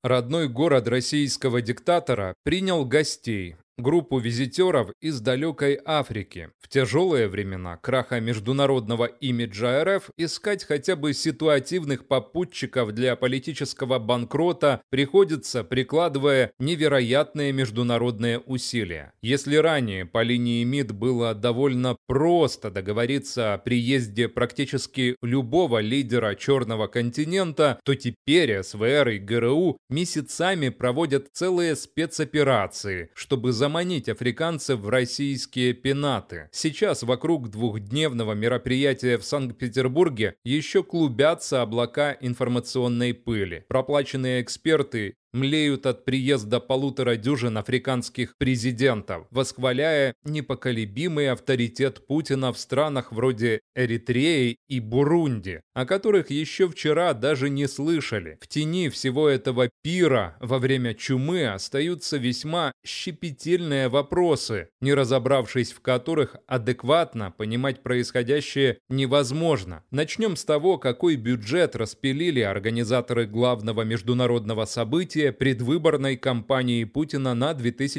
Родной город российского диктатора принял гостей, группу визитеров из далекой Африки. В тяжелые времена краха международного имиджа РФ искать хотя бы ситуативных попутчиков для политического банкрота приходится, прикладывая невероятные международные усилия. Если ранее по линии МИД было довольно просто договориться о приезде практически любого лидера Черного континента, то теперь СВР и ГРУ месяцами проводят целые спецоперации, чтобы заманить африканцев в российские пенаты. Сейчас вокруг двухдневного мероприятия в Санкт-Петербурге еще клубятся облака информационной пыли. Проплаченные эксперты млеют от приезда 1,5 дюжин африканских президентов, восхваляя непоколебимый авторитет Путина в странах вроде Эритреи и Бурунди, о которых еще вчера даже не слышали. В тени всего этого пира во время чумы остаются весьма щепетильные вопросы, не разобравшись в которых адекватно понимать происходящее невозможно. Начнем с того, какой бюджет распилили организаторы главного международного события предвыборной кампании Путина на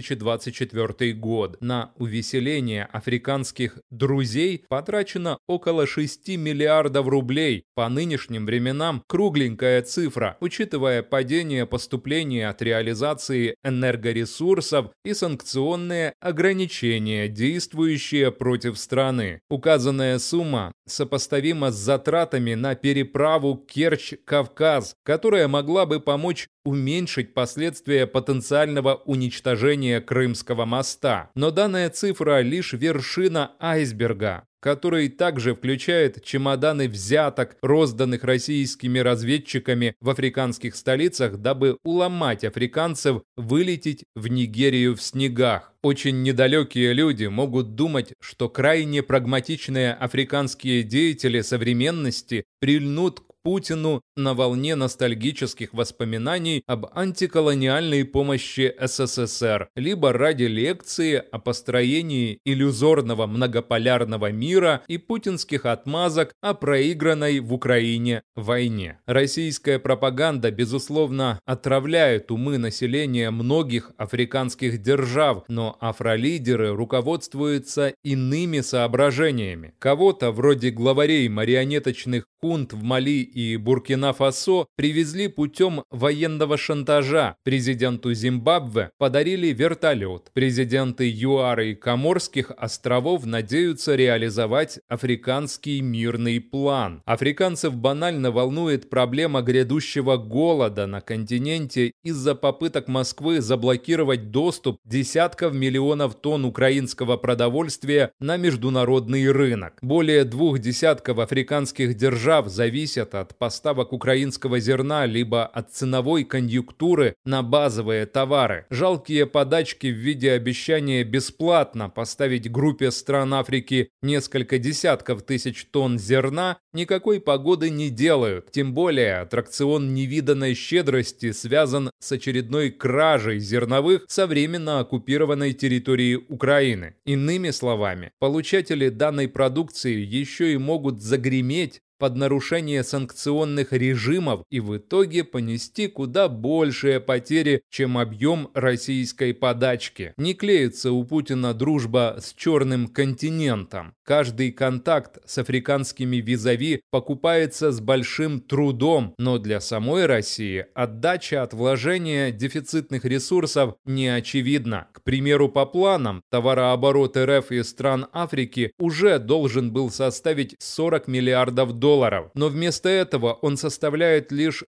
2024 год. На увеселение африканских друзей потрачено около 6 миллиардов рублей. По нынешним временам кругленькая цифра, учитывая падение поступлений от реализации энергоресурсов и санкционные ограничения, действующие против страны. Указанная сумма сопоставима с затратами на переправу Керчь-Кавказ, которая могла бы помочь уменьшить последствия потенциального уничтожения Крымского моста. Но данная цифра лишь вершина айсберга, который также включает чемоданы взяток, розданных российскими разведчиками в африканских столицах, дабы уломать африканцев вылететь в Нигерию в снегах. Очень недалекие люди могут думать, что крайне прагматичные африканские деятели современности прильнут к Путину на волне ностальгических воспоминаний об антиколониальной помощи СССР, либо ради лекции о построении иллюзорного многополярного мира и путинских отмазок о проигранной в Украине войне. Российская пропаганда, безусловно, отравляет умы населения многих африканских держав, но афролидеры руководствуются иными соображениями. Кого-то, вроде главарей марионеточных хунт в Мали и Буркина-Фасо, привезли путем военного шантажа. Президенту Зимбабве подарили вертолет. Президенты ЮАР и Коморских островов надеются реализовать африканский мирный план. Африканцев банально волнует проблема грядущего голода на континенте из-за попыток Москвы заблокировать доступ десятков миллионов тонн украинского продовольствия на международный рынок. Более 2 десятков африканских держав зависят от поставок украинского зерна либо от ценовой конъюнктуры на базовые товары. Жалкие подачки в виде обещания бесплатно поставить группе стран Африки несколько десятков тысяч тонн зерна никакой погоды не делают. Тем более аттракцион невиданной щедрости связан с очередной кражей зерновых со временно оккупированной территории Украины. Иными словами, получатели данной продукции еще и могут загреметь под нарушение санкционных режимов и в итоге понести куда большие потери, чем объем российской подачки. Не клеится у Путина дружба с Черным континентом. Каждый контакт с африканскими визави покупается с большим трудом, но для самой России отдача от вложения дефицитных ресурсов не очевидна. К примеру, по планам, товарооборот РФ и стран Африки уже должен был составить 40 миллиардов долларов, но вместо этого он составляет лишь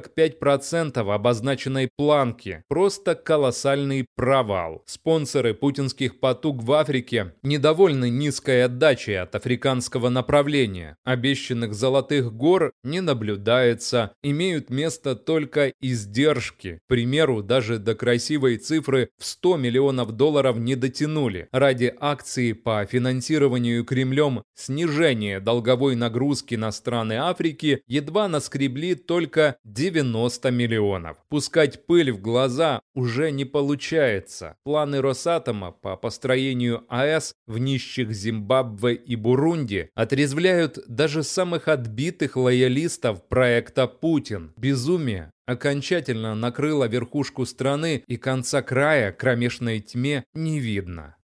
45% обозначенной планки. Просто колоссальный провал. Спонсоры путинских потуг в Африке недовольны низкой отдачей от африканского направления. Обещанных золотых гор не наблюдается, имеют место только издержки. К примеру, даже до красивой цифры в 100 миллионов долларов не дотянули. Ради акции по финансированию Кремлем снижения долговой нагрузки на страны Африки едва наскребли только 90 миллионов. Пускать пыль в глаза уже не получается. Планы Росатома по построению АЭС в нищих Зимбабве и Бурунди отрезвляют даже самых отбитых лоялистов проекта Путин. Безумие окончательно накрыло верхушку страны, и конца края кромешной тьме не видно.